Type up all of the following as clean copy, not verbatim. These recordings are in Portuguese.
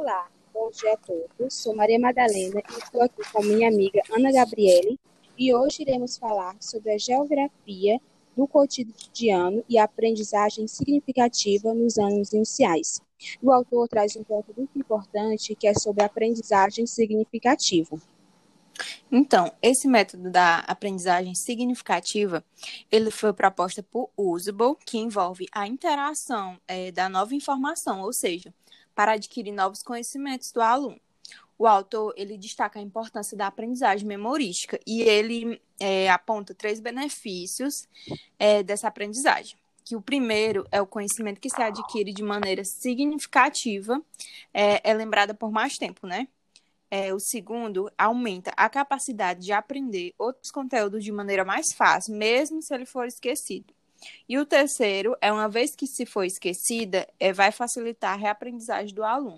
Olá, bom dia a todos. Sou Maria Madalena e estou aqui com minha amiga Ana Gabriele e hoje iremos falar sobre a geografia do cotidiano e a aprendizagem significativa nos anos iniciais. O autor traz um ponto muito importante que é sobre a aprendizagem significativa. Então, esse método da aprendizagem significativa, ele foi proposto por Usable, que envolve a interação da nova informação, ou seja, para adquirir novos conhecimentos do aluno. O autor, ele destaca a importância da aprendizagem memorística e ele aponta 3 benefícios dessa aprendizagem. Que o primeiro é o conhecimento que se adquire de maneira significativa, é lembrada por mais tempo, né? O segundo, aumenta a capacidade de aprender outros conteúdos de maneira mais fácil, mesmo se ele for esquecido. E o terceiro, uma vez que se for esquecida, vai facilitar a reaprendizagem do aluno.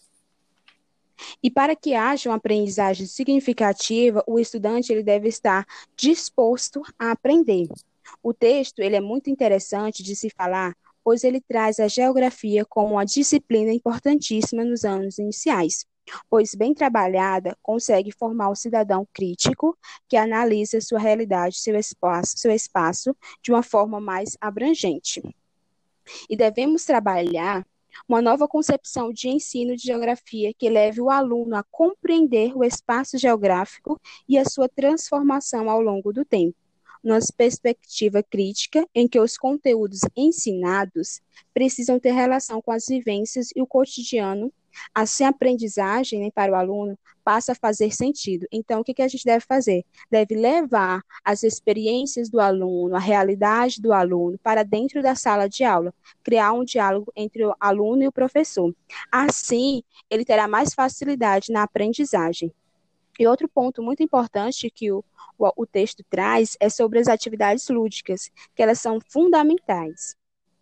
E para que haja uma aprendizagem significativa, o estudante ele deve estar disposto a aprender. O texto ele é muito interessante de se falar, pois ele traz a geografia como uma disciplina importantíssima nos anos iniciais, pois bem trabalhada consegue formar o cidadão crítico que analisa sua realidade, seu espaço de uma forma mais abrangente. E devemos trabalhar uma nova concepção de ensino de geografia que leve o aluno a compreender o espaço geográfico e a sua transformação ao longo do tempo. Nossa perspectiva crítica, em que os conteúdos ensinados precisam ter relação com as vivências e o cotidiano, assim a aprendizagem, né, para o aluno passa a fazer sentido. Então, o que a gente deve fazer? Deve levar as experiências do aluno, a realidade do aluno para dentro da sala de aula, criar um diálogo entre o aluno e o professor. Assim, ele terá mais facilidade na aprendizagem. E outro ponto muito importante que o texto traz é sobre as atividades lúdicas, que elas são fundamentais.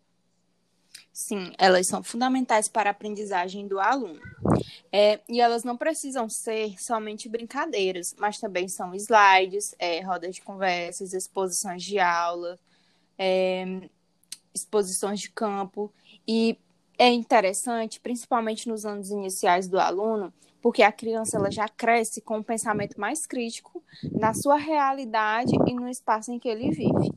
Sim, elas são fundamentais para a aprendizagem do aluno. E elas não precisam ser somente brincadeiras, mas também são slides, rodas de conversas, exposições de aula, exposições de campo. E é interessante, principalmente nos anos iniciais do aluno, porque a criança ela já cresce com um pensamento mais crítico na sua realidade e no espaço em que ele vive.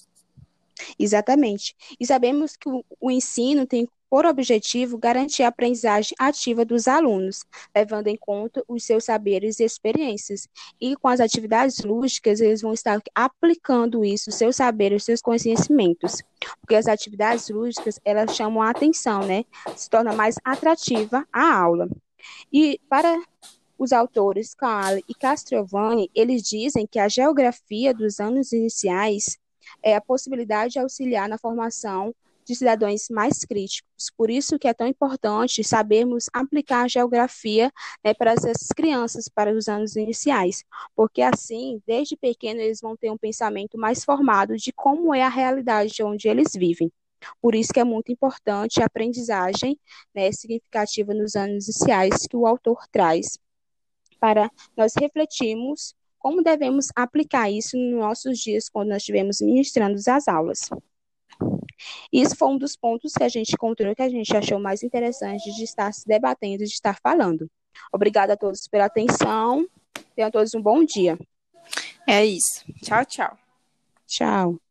Exatamente. E sabemos que o ensino tem por objetivo garantir a aprendizagem ativa dos alunos, levando em conta os seus saberes e experiências. E com as atividades lúdicas, eles vão estar aplicando isso, os seus saberes, os seus conhecimentos. Porque as atividades lúdicas, elas chamam a atenção, né? Se torna mais atrativa a aula. E para os autores Kahle e Castrovilli, eles dizem que a geografia dos anos iniciais é a possibilidade de auxiliar na formação de cidadãos mais críticos. Por isso que é tão importante sabermos aplicar a geografia, né, para essas crianças, para os anos iniciais, porque assim, desde pequeno, eles vão ter um pensamento mais formado de como é a realidade de onde eles vivem. Por isso que é muito importante a aprendizagem, né, significativa nos anos iniciais que o autor traz, para nós refletirmos como devemos aplicar isso nos nossos dias, quando nós estivermos ministrando as aulas. Isso foi um dos pontos que a gente encontrou, que a gente achou mais interessante de estar se debatendo, de estar falando. Obrigada a todos pela atenção. Tenham todos um bom dia. É isso. Tchau, tchau. Tchau.